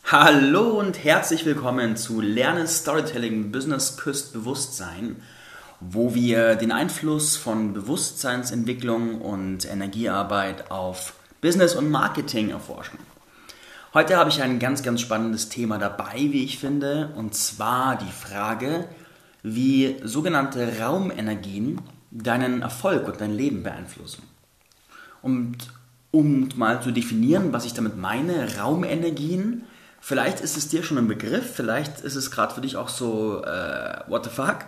Hallo und herzlich willkommen zu Lerne Storytelling Business küsst Bewusstsein, wo wir den Einfluss von Bewusstseinsentwicklung und Energiearbeit auf Business und Marketing erforschen. Heute habe ich ein ganz spannendes Thema dabei, wie ich finde, und zwar die Frage, wie sogenannte Raumenergien deinen Erfolg und dein Leben beeinflussen. Und um mal zu definieren, was ich damit meine, Raumenergien, vielleicht ist es dir schon ein Begriff, vielleicht ist es gerade für dich auch so, what the fuck?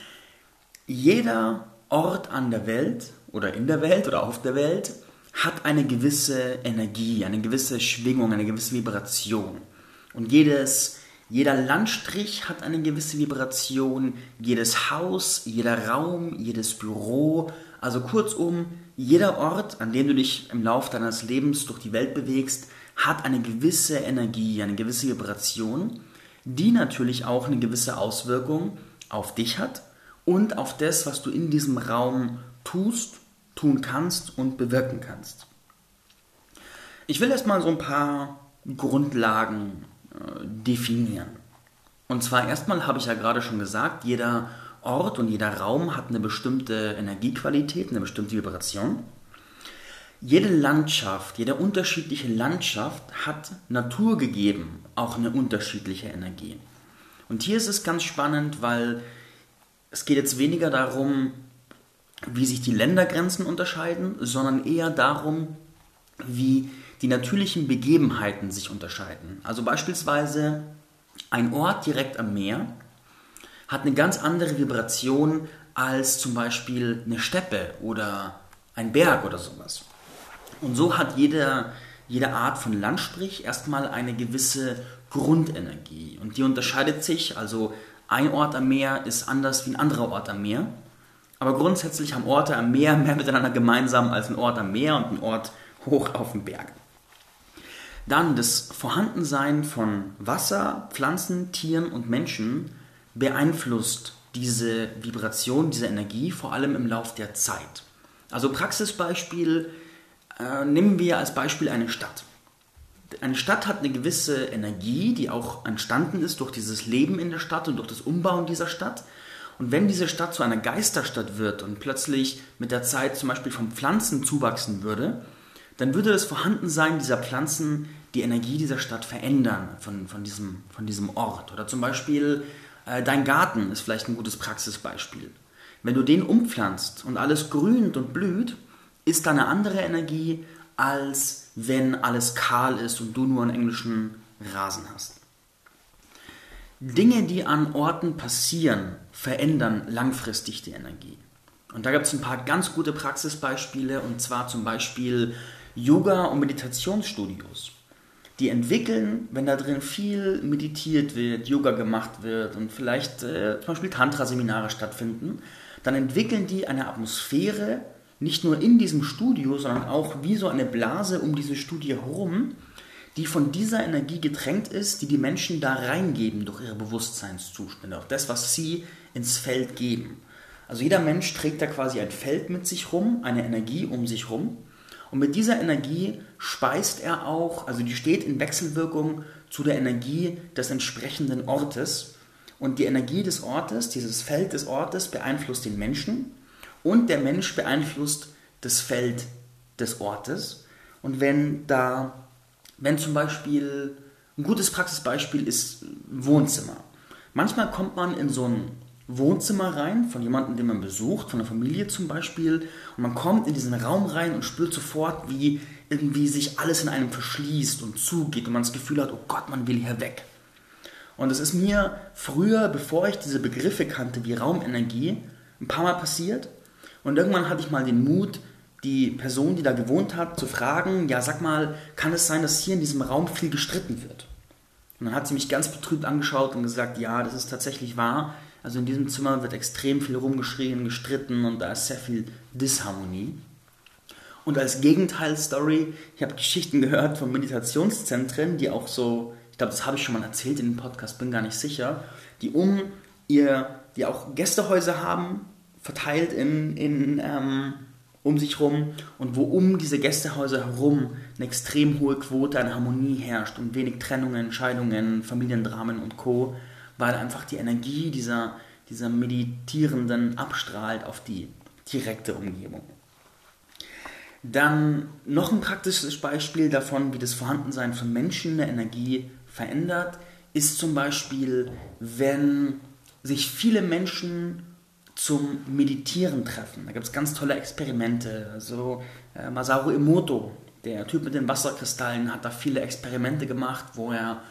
Jeder Ort an der Welt oder in der Welt oder auf der Welt hat eine gewisse Energie, eine gewisse Schwingung, eine gewisse Vibration. Und jeder Landstrich hat eine gewisse Vibration, jedes Haus, jeder Raum, jedes Büro, also kurzum, jeder Ort, an dem du dich im Laufe deines Lebens durch die Welt bewegst, hat eine gewisse Energie, eine gewisse Vibration, die natürlich auch eine gewisse Auswirkung auf dich hat und auf das, was du in diesem Raum tust, tun kannst und bewirken kannst. Ich will erstmal so ein paar Grundlagen definieren. Und zwar erstmal habe ich ja gerade schon gesagt, jeder Ort und jeder Raum hat eine bestimmte Energiequalität, eine bestimmte Vibration. Jede Landschaft, jede unterschiedliche Landschaft hat naturgegeben auch eine unterschiedliche Energie. Und hier ist es ganz spannend, weil es geht jetzt weniger darum, wie sich die Ländergrenzen unterscheiden, sondern eher darum, wie die natürlichen Begebenheiten sich unterscheiden. Also beispielsweise ein Ort direkt am Meer hat eine ganz andere Vibration als zum Beispiel eine Steppe oder ein Berg oder sowas. Und so hat jede Art von Landstrich erstmal eine gewisse Grundenergie. Und die unterscheidet sich, also ein Ort am Meer ist anders wie ein anderer Ort am Meer. Aber grundsätzlich haben Orte am Meer mehr miteinander gemeinsam als ein Ort am Meer und ein Ort hoch auf dem Berg. Dann das Vorhandensein von Wasser, Pflanzen, Tieren und Menschen beeinflusst diese Vibration, diese Energie, vor allem im Lauf der Zeit. Also Praxisbeispiel, nehmen wir als Beispiel eine Stadt. Eine Stadt hat eine gewisse Energie, die auch entstanden ist durch dieses Leben in der Stadt und durch das Umbauen dieser Stadt. Und wenn diese Stadt zu einer Geisterstadt wird und plötzlich mit der Zeit zum Beispiel von Pflanzen zuwachsen würde, dann würde das Vorhandensein dieser Pflanzen die Energie dieser Stadt verändern von diesem Ort. Oder zum Beispiel dein Garten ist vielleicht ein gutes Praxisbeispiel. Wenn du den umpflanzt und alles grünt und blüht, ist da eine andere Energie, als wenn alles kahl ist und du nur einen englischen Rasen hast. Dinge, die an Orten passieren, verändern langfristig die Energie. Und da gibt es ein paar ganz gute Praxisbeispiele, und zwar zum Beispiel Yoga- und Meditationsstudios. Die entwickeln, wenn da drin viel meditiert wird, Yoga gemacht wird und vielleicht zum Beispiel Tantra-Seminare stattfinden, dann entwickeln die eine Atmosphäre, nicht nur in diesem Studio, sondern auch wie so eine Blase um diese Studie herum, die von dieser Energie getränkt ist, die die Menschen da reingeben durch ihre Bewusstseinszustände, auch das, was sie ins Feld geben. Also jeder Mensch trägt da quasi ein Feld mit sich rum, eine Energie um sich rum, und mit dieser Energie speist er auch, also die steht in Wechselwirkung zu der Energie des entsprechenden Ortes, und die Energie des Ortes, dieses Feld des Ortes beeinflusst den Menschen und der Mensch beeinflusst das Feld des Ortes. Und wenn zum Beispiel, ein gutes Praxisbeispiel ist Wohnzimmer. Manchmal kommt man in so ein Wohnzimmer rein, von jemandem, den man besucht, von einer Familie zum Beispiel, und man kommt in diesen Raum rein und spürt sofort, wie irgendwie sich alles in einem verschließt und zugeht und man das Gefühl hat, oh Gott, man will hier weg. Und es ist mir früher, bevor ich diese Begriffe kannte wie Raumenergie, ein paar Mal passiert, und irgendwann hatte ich mal den Mut, die Person, die da gewohnt hat, zu fragen, ja, sag mal, kann es sein, dass hier in diesem Raum viel gestritten wird? Und dann hat sie mich ganz betrübt angeschaut und gesagt, ja, das ist tatsächlich wahr. Also in diesem Zimmer wird extrem viel rumgeschrien, gestritten und da ist sehr viel Disharmonie. Und als Gegenteil-Story, ich habe Geschichten gehört von Meditationszentren, die auch so, ich glaube, das habe ich schon mal erzählt in dem Podcast, bin gar nicht sicher, die auch Gästehäuser haben, verteilt in um sich herum und wo um diese Gästehäuser herum eine extrem hohe Quote an Harmonie herrscht und wenig Trennungen, Scheidungen, Familiendramen und Co., weil einfach die Energie dieser Meditierenden abstrahlt auf die direkte Umgebung. Dann noch ein praktisches Beispiel davon, wie das Vorhandensein von Menschen eine Energie verändert, ist zum Beispiel, wenn sich viele Menschen zum Meditieren treffen. Da gibt es ganz tolle Experimente. Also Masaru Emoto, der Typ mit den Wasserkristallen, hat da viele Experimente gemacht, wo er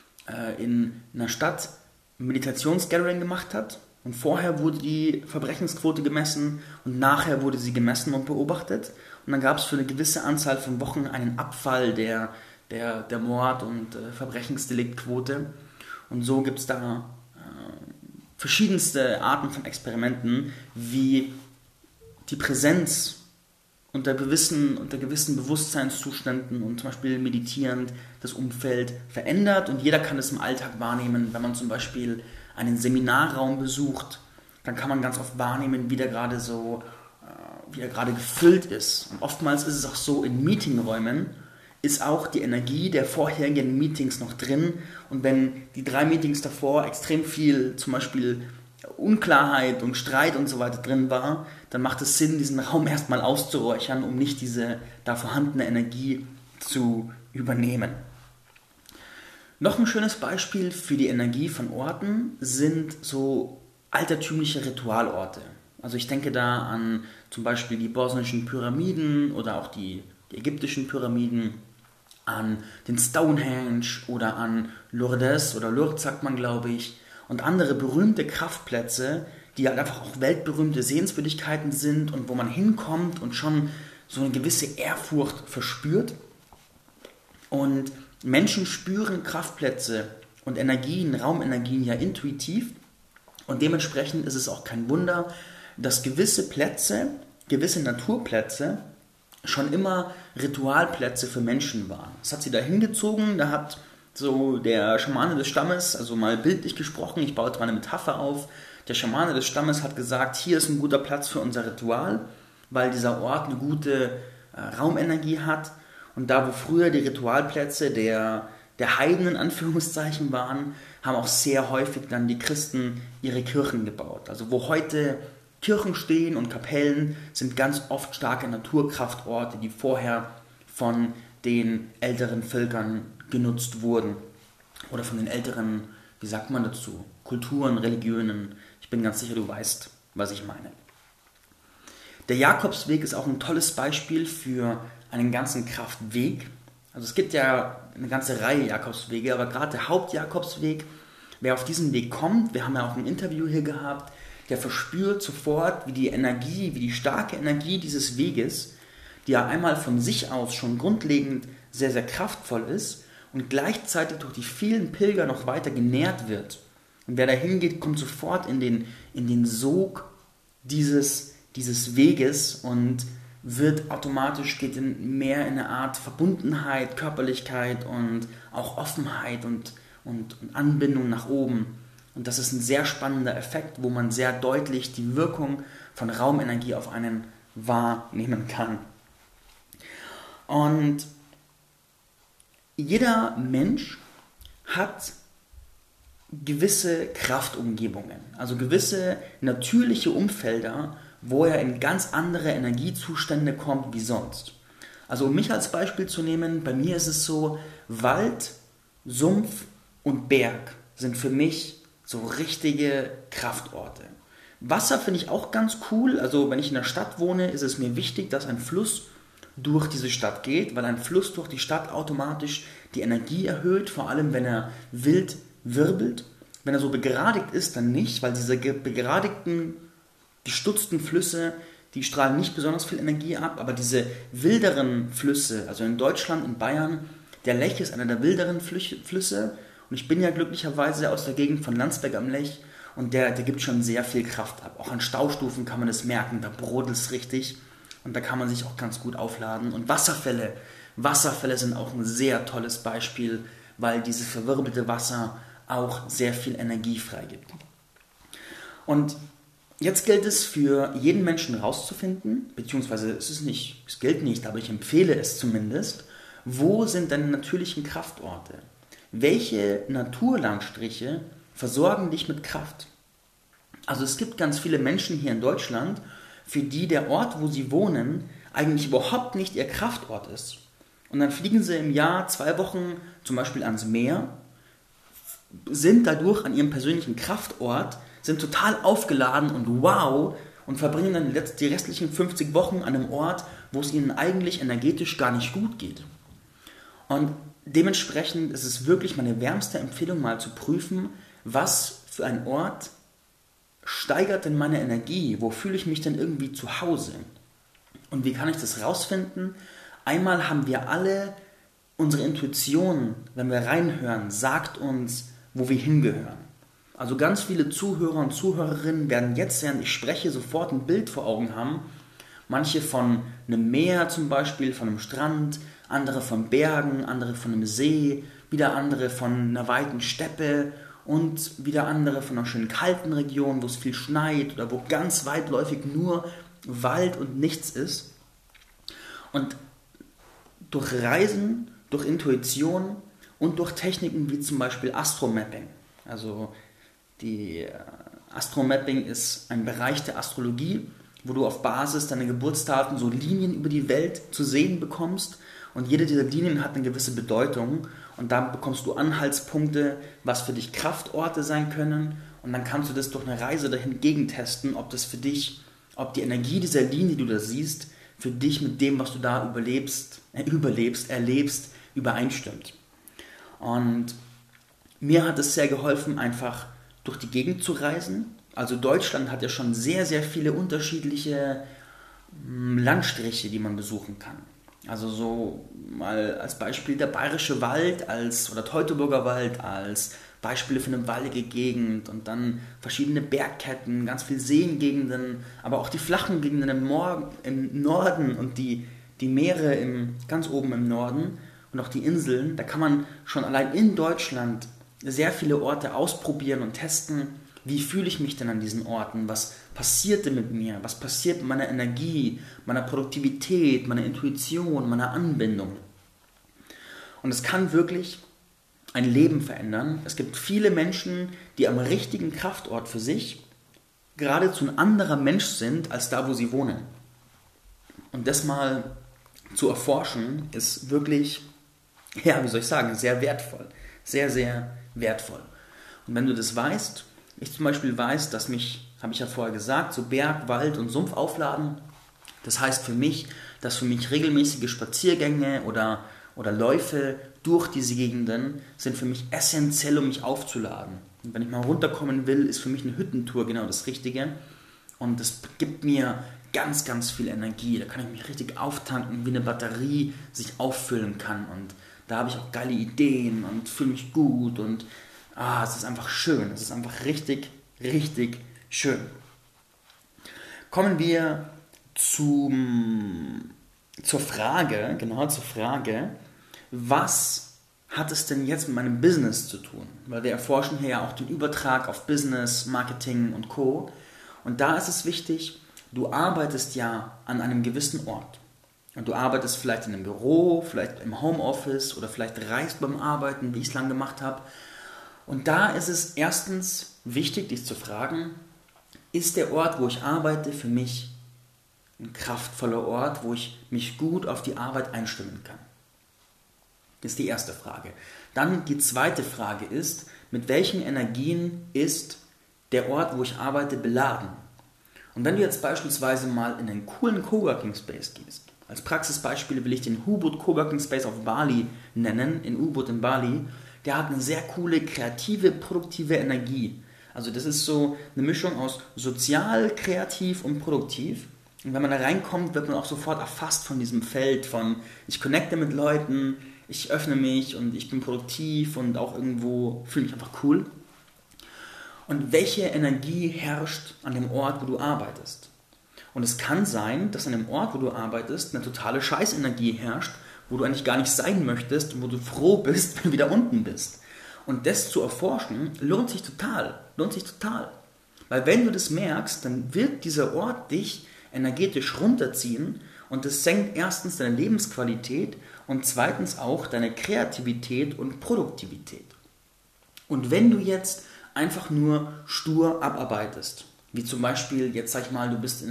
in einer Stadt Meditationsgathering gemacht hat. Und vorher wurde die Verbrechensquote gemessen und nachher wurde sie gemessen und beobachtet. Und dann gab es für eine gewisse Anzahl von Wochen einen Abfall der Mord- und Verbrechensdeliktquote. Und so gibt es da verschiedenste Arten von Experimenten, wie die Präsenz unter gewissen Bewusstseinszuständen und zum Beispiel meditierend das Umfeld verändert. Und jeder kann es im Alltag wahrnehmen, wenn man zum Beispiel einen Seminarraum besucht, dann kann man ganz oft wahrnehmen, wie er gerade gefüllt ist. Und oftmals ist es auch so, in Meetingräumen ist auch die Energie der vorherigen Meetings noch drin. Und wenn die 3 Meetings davor extrem viel zum Beispiel Unklarheit und Streit und so weiter drin war, dann macht es Sinn, diesen Raum erstmal auszuräuchern, um nicht diese da vorhandene Energie zu übernehmen. Noch ein schönes Beispiel für die Energie von Orten sind so altertümliche Ritualorte. Also ich denke da an zum Beispiel die bosnischen Pyramiden oder auch die ägyptischen Pyramiden, an den Stonehenge oder an Lourdes oder Lourdes sagt man, glaube ich, und andere berühmte Kraftplätze, die halt einfach auch weltberühmte Sehenswürdigkeiten sind und wo man hinkommt und schon so eine gewisse Ehrfurcht verspürt. Und Menschen spüren Kraftplätze und Energien, Raumenergien ja intuitiv und dementsprechend ist es auch kein Wunder, dass gewisse Naturplätze schon immer Ritualplätze für Menschen waren. Das hat sie da hingezogen, da hat so der Schamane des Stammes, also mal bildlich gesprochen, ich baue jetzt mal eine Metapher auf, der Schamane des Stammes hat gesagt, hier ist ein guter Platz für unser Ritual, weil dieser Ort eine gute Raumenergie hat. Und da, wo früher die Ritualplätze der Heiden in Anführungszeichen waren, haben auch sehr häufig dann die Christen ihre Kirchen gebaut. Also wo heute Kirchen stehen und Kapellen, sind ganz oft starke Naturkraftorte, die vorher von den älteren Völkern genutzt wurden. Oder von den älteren, wie sagt man dazu, Kulturen, Religionen. Ich bin ganz sicher, du weißt, was ich meine. Der Jakobsweg ist auch ein tolles Beispiel für einen ganzen Kraftweg. Also es gibt ja eine ganze Reihe Jakobswege, aber gerade der Hauptjakobsweg, wer auf diesen Weg kommt, wir haben ja auch ein Interview hier gehabt, der verspürt sofort, wie die starke Energie dieses Weges, die ja einmal von sich aus schon grundlegend sehr, sehr kraftvoll ist und gleichzeitig durch die vielen Pilger noch weiter genährt wird. Und wer da hingeht, kommt sofort in den Sog dieses Weges und geht mehr in eine Art Verbundenheit, Körperlichkeit und auch Offenheit und Anbindung nach oben. Und das ist ein sehr spannender Effekt, wo man sehr deutlich die Wirkung von Raumenergie auf einen wahrnehmen kann. Und jeder Mensch hat gewisse Kraftumgebungen, also gewisse natürliche Umfelder, wo er in ganz andere Energiezustände kommt wie sonst. Also um mich als Beispiel zu nehmen, bei mir ist es so, Wald, Sumpf und Berg sind für mich so richtige Kraftorte. Wasser finde ich auch ganz cool, also wenn ich in der Stadt wohne, ist es mir wichtig, dass ein Fluss durch diese Stadt geht, weil ein Fluss durch die Stadt automatisch die Energie erhöht, vor allem wenn er wild wirbelt. Wenn er so begradigt ist, dann nicht, weil diese begradigten, gestutzten Flüsse, die strahlen nicht besonders viel Energie ab, aber diese wilderen Flüsse, also in Deutschland, in Bayern, der Lech ist einer der wilderen Flüsse und ich bin ja glücklicherweise aus der Gegend von Landsberg am Lech und der gibt schon sehr viel Kraft ab. Auch an Staustufen kann man das merken, da brodelt es richtig und da kann man sich auch ganz gut aufladen. Und Wasserfälle sind auch ein sehr tolles Beispiel, weil dieses verwirbelte Wasser auch sehr viel Energie freigibt. Und Jetzt gilt es für jeden Menschen rauszufinden, beziehungsweise es gilt nicht, aber ich empfehle es zumindest, wo sind deine natürlichen Kraftorte? Welche Naturlandstriche versorgen dich mit Kraft? Also es gibt ganz viele Menschen hier in Deutschland, für die der Ort, wo sie wohnen, eigentlich überhaupt nicht ihr Kraftort ist. Und dann fliegen sie im Jahr 2 Wochen zum Beispiel ans Meer, sind dadurch an ihrem persönlichen Kraftort, sind total aufgeladen und wow und verbringen dann die restlichen 50 Wochen an einem Ort, wo es ihnen eigentlich energetisch gar nicht gut geht. Und dementsprechend ist es wirklich meine wärmste Empfehlung, mal zu prüfen, was für ein Ort steigert denn meine Energie, wo fühle ich mich denn irgendwie zu Hause? Und wie kann ich das rausfinden? Einmal haben wir alle unsere Intuition, wenn wir reinhören, sagt uns, wo wir hingehören. Also ganz viele Zuhörer und Zuhörerinnen werden jetzt, während ich spreche, sofort ein Bild vor Augen haben. Manche von einem Meer zum Beispiel, von einem Strand, andere von Bergen, andere von einem See, wieder andere von einer weiten Steppe und wieder andere von einer schönen kalten Region, wo es viel schneit oder wo ganz weitläufig nur Wald und nichts ist. Und durch Reisen, durch Intuition und durch Techniken wie zum Beispiel Astromapping. Also die Astromapping ist ein Bereich der Astrologie, wo du auf Basis deiner Geburtsdaten so Linien über die Welt zu sehen bekommst. Und jede dieser Linien hat eine gewisse Bedeutung. Und da bekommst du Anhaltspunkte, was für dich Kraftorte sein können. Und dann kannst du das durch eine Reise dahin gegentesten, ob das für dich, ob die Energie dieser Linie, die du da siehst, für dich mit dem, was du da erlebst, übereinstimmt. Und mir hat es sehr geholfen, einfach durch die Gegend zu reisen. Also Deutschland hat ja schon sehr, sehr viele unterschiedliche Landstriche, die man besuchen kann. Also so mal als Beispiel der Bayerische Wald oder Teutoburger Wald als Beispiele für eine waldige Gegend und dann verschiedene Bergketten, ganz viele Seengegenden, aber auch die flachen Gegenden im Norden und die Meere ganz oben im Norden und auch die Inseln. Da kann man schon allein in Deutschland sehr viele Orte ausprobieren und testen, wie fühle ich mich denn an diesen Orten, was passiert denn mit mir, was passiert mit meiner Energie, meiner Produktivität, meiner Intuition, meiner Anbindung. Und es kann wirklich ein Leben verändern. Es gibt viele Menschen, die am richtigen Kraftort für sich geradezu ein anderer Mensch sind, als da, wo sie wohnen. Und das mal zu erforschen, ist wirklich, sehr wertvoll. Sehr, sehr wertvoll. Und wenn du das weißt, ich zum Beispiel weiß, dass habe ich ja vorher gesagt, so Berg, Wald und Sumpf aufladen, das heißt für mich, dass für mich regelmäßige Spaziergänge oder Läufe durch diese Gegenden sind für mich essentiell, um mich aufzuladen. Und wenn ich mal runterkommen will, ist für mich eine Hüttentour genau das Richtige. Und das gibt mir ganz, ganz viel Energie. Da kann ich mich richtig auftanken, wie eine Batterie sich auffüllen kann. Und da habe ich auch geile Ideen und fühle mich gut. Und es ist einfach schön. Es ist einfach richtig, richtig schön. Kommen wir zur Frage, was hat es denn jetzt mit meinem Business zu tun? Weil wir erforschen hier ja auch den Übertrag auf Business, Marketing und Co. Und da ist es wichtig, du arbeitest ja an einem gewissen Ort. Und du arbeitest vielleicht in einem Büro, vielleicht im Homeoffice oder vielleicht reist beim Arbeiten, wie ich es lange gemacht habe. Und da ist es erstens wichtig, dich zu fragen, ist der Ort, wo ich arbeite, für mich ein kraftvoller Ort, wo ich mich gut auf die Arbeit einstimmen kann? Das ist die erste Frage. Dann die zweite Frage ist, mit welchen Energien ist der Ort, wo ich arbeite, beladen? Und wenn du jetzt beispielsweise mal in einen coolen Coworking Space gehst, als Praxisbeispiel will ich den Ubud Coworking Space auf Bali nennen, in Ubud in Bali, der hat eine sehr coole, kreative, produktive Energie. Also das ist so eine Mischung aus sozial, kreativ und produktiv. Und wenn man da reinkommt, wird man auch sofort erfasst von diesem Feld von ich connecte mit Leuten, ich öffne mich und ich bin produktiv und auch irgendwo fühle mich einfach cool. Und welche Energie herrscht an dem Ort, wo du arbeitest? Und es kann sein, dass an dem Ort, wo du arbeitest, eine totale Scheißenergie herrscht, wo du eigentlich gar nicht sein möchtest und wo du froh bist, wenn du wieder unten bist. Und das zu erforschen, lohnt sich total. Weil wenn du das merkst, dann wird dieser Ort dich energetisch runterziehen und das senkt erstens deine Lebensqualität und zweitens auch deine Kreativität und Produktivität. Und wenn du jetzt einfach nur stur abarbeitest, wie zum Beispiel, jetzt sag ich mal, du bist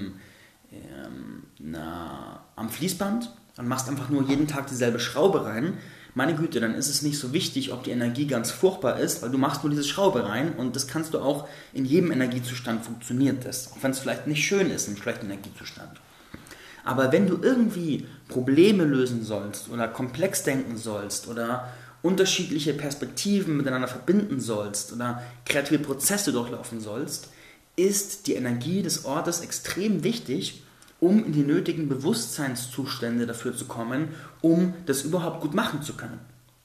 am Fließband und machst einfach nur jeden Tag dieselbe Schraube rein, meine Güte, dann ist es nicht so wichtig, ob die Energie ganz furchtbar ist, weil du machst nur diese Schraube rein und das kannst du auch in jedem Energiezustand funktioniert das, auch wenn es vielleicht nicht schön ist im schlechten Energiezustand. Aber wenn du irgendwie Probleme lösen sollst oder komplex denken sollst oder unterschiedliche Perspektiven miteinander verbinden sollst oder kreative Prozesse durchlaufen sollst, ist die Energie des Ortes extrem wichtig, um in die nötigen Bewusstseinszustände dafür zu kommen, um das überhaupt gut machen zu können.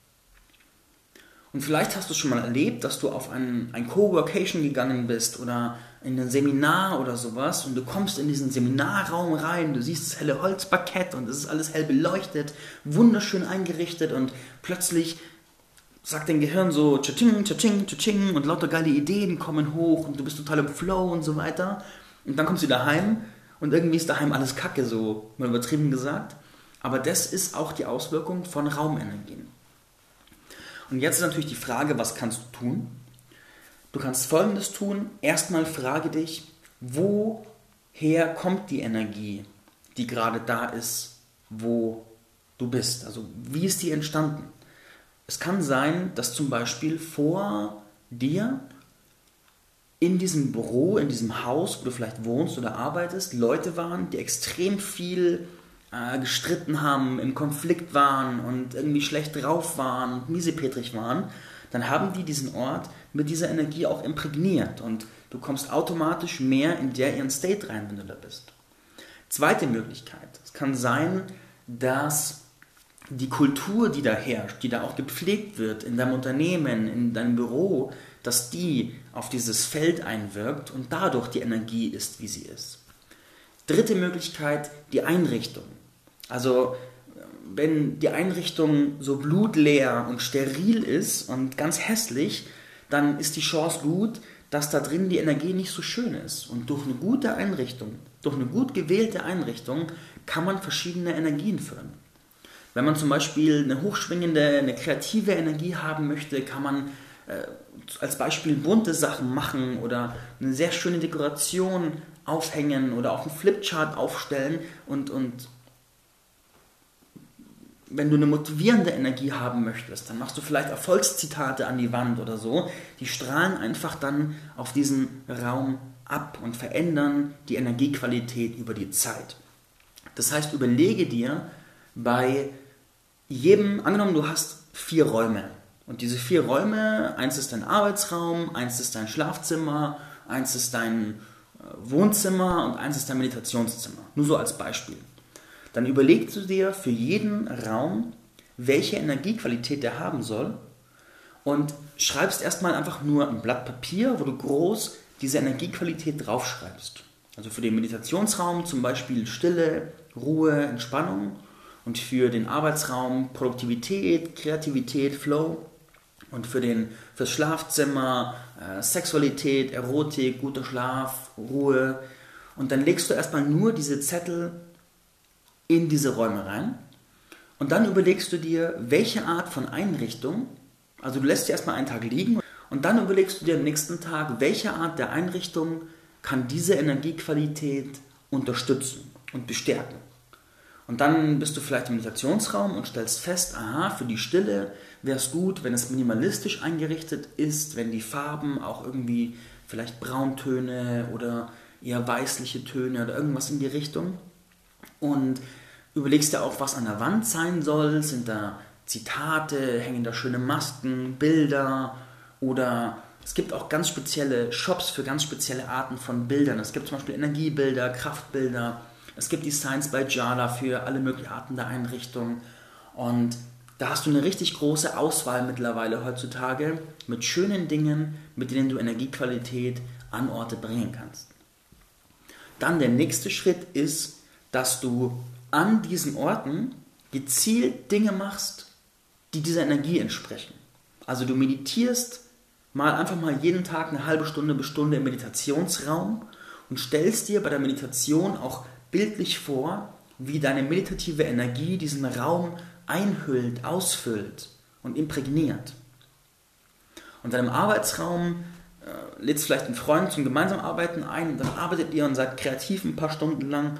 Und vielleicht hast du es schon mal erlebt, dass du auf ein Coworkation gegangen bist oder in ein Seminar oder sowas und du kommst in diesen Seminarraum rein, du siehst das helle Holzparkett und es ist alles hell beleuchtet, wunderschön eingerichtet und plötzlich sagt dein Gehirn so tsching, tsching, tsching und lauter geile Ideen kommen hoch und du bist total im Flow und so weiter. Und dann kommst du daheim und irgendwie ist daheim alles Kacke, so mal übertrieben gesagt. Aber das ist auch die Auswirkung von Raumenergien. Und jetzt ist natürlich die Frage, was kannst du tun? Du kannst Folgendes tun. Erstmal frage dich, woher kommt die Energie, die gerade da ist, wo du bist? Also wie ist die entstanden? Es kann sein, dass zum Beispiel vor dir in diesem Büro, in diesem Haus, wo du vielleicht wohnst oder arbeitest, Leute waren, die extrem viel gestritten haben, im Konflikt waren und irgendwie schlecht drauf waren und miesepetrig waren, dann haben die diesen Ort mit dieser Energie auch imprägniert und du kommst automatisch mehr in ihren State rein, wenn du da bist. Zweite Möglichkeit, es kann sein, dass die Kultur, die da herrscht, die da auch gepflegt wird in deinem Unternehmen, in deinem Büro, dass die auf dieses Feld einwirkt und dadurch die Energie ist, wie sie ist. Dritte Möglichkeit, die Einrichtung. Also wenn die Einrichtung so blutleer und steril ist und ganz hässlich, dann ist die Chance gut, dass da drin die Energie nicht so schön ist. Und durch eine gute Einrichtung, durch eine gut gewählte Einrichtung kann man verschiedene Energien fördern. Wenn man zum Beispiel eine hochschwingende, eine kreative Energie haben möchte, kann man als Beispiel bunte Sachen machen oder eine sehr schöne Dekoration aufhängen oder auf einen Flipchart aufstellen und wenn du eine motivierende Energie haben möchtest, dann machst du vielleicht Erfolgszitate an die Wand oder so. Die strahlen einfach dann auf diesen Raum ab und verändern die Energiequalität über die Zeit. Das heißt, überlege dir bei jedem, angenommen du hast 4 Räume und diese 4 Räume, eins ist dein Arbeitsraum, eins ist dein Schlafzimmer, eins ist dein Wohnzimmer und eins ist dein Meditationszimmer. Nur so als Beispiel. Dann überlegst du dir für jeden Raum, welche Energiequalität der haben soll und schreibst erstmal einfach nur ein Blatt Papier, wo du groß diese Energiequalität draufschreibst. Also für den Meditationsraum zum Beispiel Stille, Ruhe, Entspannung und für den Arbeitsraum Produktivität, Kreativität, Flow und fürs Schlafzimmer Sexualität, Erotik, guter Schlaf, Ruhe und dann legst du erstmal nur diese Zettel in diese Räume rein und dann überlegst du dir, welche Art von Einrichtung, also du lässt sie erstmal einen Tag liegen und dann überlegst du dir am nächsten Tag, welche Art der Einrichtung kann diese Energiequalität unterstützen und bestärken. Und dann bist du vielleicht im Meditationsraum und stellst fest, aha, für die Stille wäre es gut, wenn es minimalistisch eingerichtet ist, wenn die Farben auch irgendwie vielleicht Brauntöne oder eher weißliche Töne oder irgendwas in die Richtung. Und überlegst dir auch, was an der Wand sein soll. Sind da Zitate, hängen da schöne Masken, Bilder oder es gibt auch ganz spezielle Shops für ganz spezielle Arten von Bildern. Es gibt zum Beispiel Energiebilder, Kraftbilder. Es gibt Designs bei Jala für alle möglichen Arten der Einrichtung. Und da hast du eine richtig große Auswahl mittlerweile heutzutage mit schönen Dingen, mit denen du Energiequalität an Orte bringen kannst. Dann der nächste Schritt ist, dass du an diesen Orten gezielt Dinge machst, die dieser Energie entsprechen. Also du meditierst mal einfach mal jeden Tag eine halbe Stunde bis Stunde im Meditationsraum und stellst dir bei der Meditation auch bildlich vor, wie deine meditative Energie diesen Raum einhüllt, ausfüllt und imprägniert. Und in deinem Arbeitsraum lädst du vielleicht einen Freund zum gemeinsamen Arbeiten ein und dann arbeitet ihr und seid kreativ ein paar Stunden lang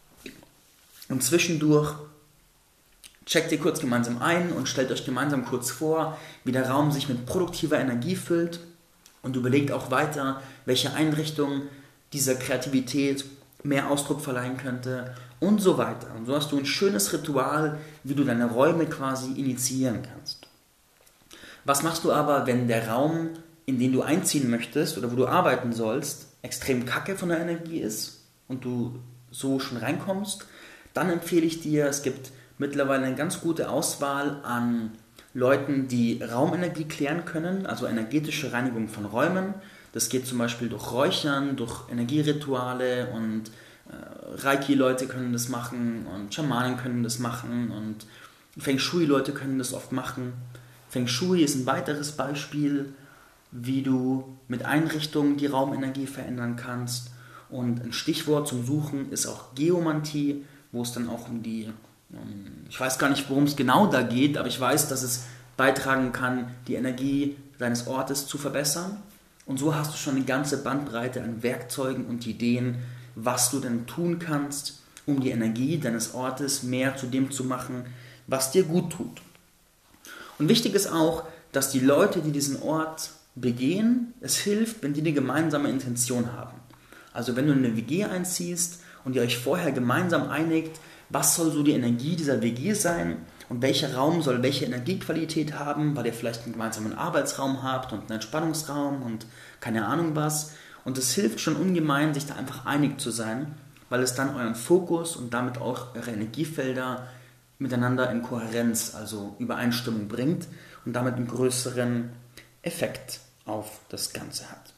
und zwischendurch checkt ihr kurz gemeinsam ein und stellt euch gemeinsam kurz vor, wie der Raum sich mit produktiver Energie füllt und überlegt auch weiter, welche Einrichtung dieser Kreativität mehr Ausdruck verleihen könnte und so weiter. Und so hast du ein schönes Ritual, wie du deine Räume quasi initiieren kannst. Was machst du aber, wenn der Raum, in den du einziehen möchtest oder wo du arbeiten sollst, extrem kacke von der Energie ist und du so schon reinkommst? Dann empfehle ich dir, es gibt mittlerweile eine ganz gute Auswahl an Leuten, die Raumenergie klären können, also energetische Reinigung von Räumen. Das geht zum Beispiel durch Räuchern, durch Energierituale und Reiki-Leute können das machen und Schamanen können das machen und Feng Shui-Leute können das oft machen. Feng Shui ist ein weiteres Beispiel, wie du mit Einrichtungen die Raumenergie verändern kannst. Und ein Stichwort zum Suchen ist auch Geomantie, wo es dann auch ich weiß gar nicht, worum es genau da geht, aber ich weiß, dass es beitragen kann, die Energie deines Ortes zu verbessern. Und so hast du schon eine ganze Bandbreite an Werkzeugen und Ideen, was du denn tun kannst, um die Energie deines Ortes mehr zu dem zu machen, was dir gut tut. Und wichtig ist auch, dass die Leute, die diesen Ort begehen, es hilft, wenn die eine gemeinsame Intention haben. Also wenn du in eine WG einziehst und ihr euch vorher gemeinsam einigt, was soll so die Energie dieser WG sein und welcher Raum soll welche Energiequalität haben, weil ihr vielleicht einen gemeinsamen Arbeitsraum habt und einen Entspannungsraum und keine Ahnung was. Und es hilft schon ungemein, sich da einfach einig zu sein, weil es dann euren Fokus und damit auch eure Energiefelder miteinander in Kohärenz, also Übereinstimmung bringt und damit einen größeren Effekt auf das Ganze hat.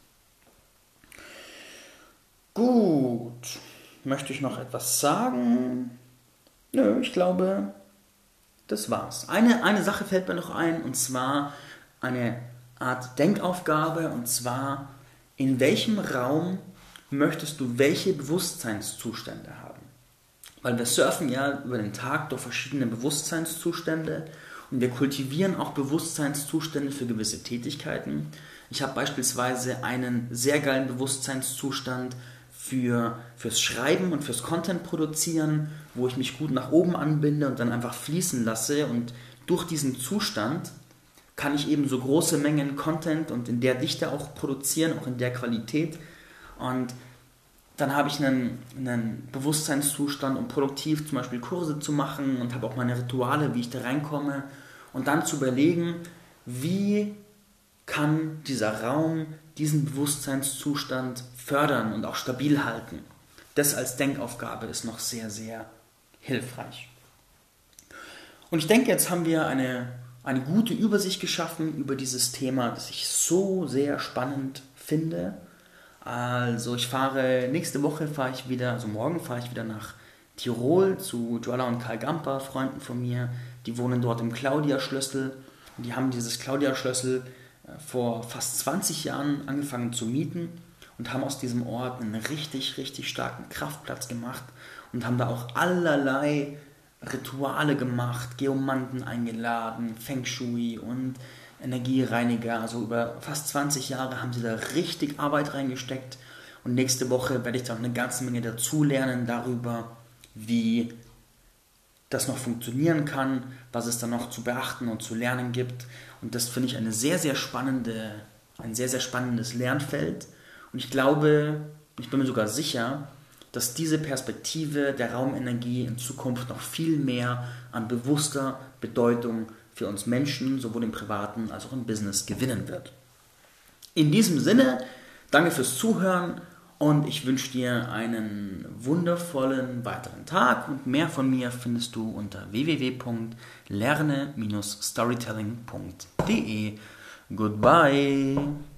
Gut, möchte ich noch etwas sagen? Nö, ich glaube, das war's. Eine Sache fällt mir noch ein, und zwar eine Art Denkaufgabe, und zwar, in welchem Raum möchtest du welche Bewusstseinszustände haben? Weil wir surfen ja über den Tag durch verschiedene Bewusstseinszustände und wir kultivieren auch Bewusstseinszustände für gewisse Tätigkeiten. Ich habe beispielsweise einen sehr geilen Bewusstseinszustand fürs Schreiben und fürs Content produzieren, wo ich mich gut nach oben anbinde und dann einfach fließen lasse, und durch diesen Zustand kann ich eben so große Mengen Content und in der Dichte auch produzieren, auch in der Qualität, und dann habe ich einen Bewusstseinszustand, um produktiv zum Beispiel Kurse zu machen, und habe auch meine Rituale, wie ich da reinkomme, und dann zu überlegen, wie kann dieser Raum diesen Bewusstseinszustand fördern und auch stabil halten. Das als Denkaufgabe ist noch sehr, sehr hilfreich. Und ich denke, jetzt haben wir eine gute Übersicht geschaffen über dieses Thema, das ich so sehr spannend finde. Also morgen fahre ich wieder nach Tirol zu Joella und Karl Gamper, Freunden von mir. Die wohnen dort im Claudia-Schlössl. Und die haben dieses Claudia-Schlössl vor fast 20 Jahren angefangen zu mieten und haben aus diesem Ort einen richtig, richtig starken Kraftplatz gemacht und haben da auch allerlei Rituale gemacht, Geomanten eingeladen, Feng Shui und Energiereiniger. Also über fast 20 Jahre haben sie da richtig Arbeit reingesteckt, und nächste Woche werde ich da eine ganze Menge dazu lernen darüber, wie das noch funktionieren kann, was es da noch zu beachten und zu lernen gibt. Und das finde ich ein sehr, sehr spannendes Lernfeld. Und ich glaube, ich bin mir sogar sicher, dass diese Perspektive der Raumenergie in Zukunft noch viel mehr an bewusster Bedeutung für uns Menschen, sowohl im Privaten als auch im Business, gewinnen wird. In diesem Sinne, danke fürs Zuhören. Und ich wünsche dir einen wundervollen weiteren Tag, und mehr von mir findest du unter www.lerne-storytelling.de. Goodbye!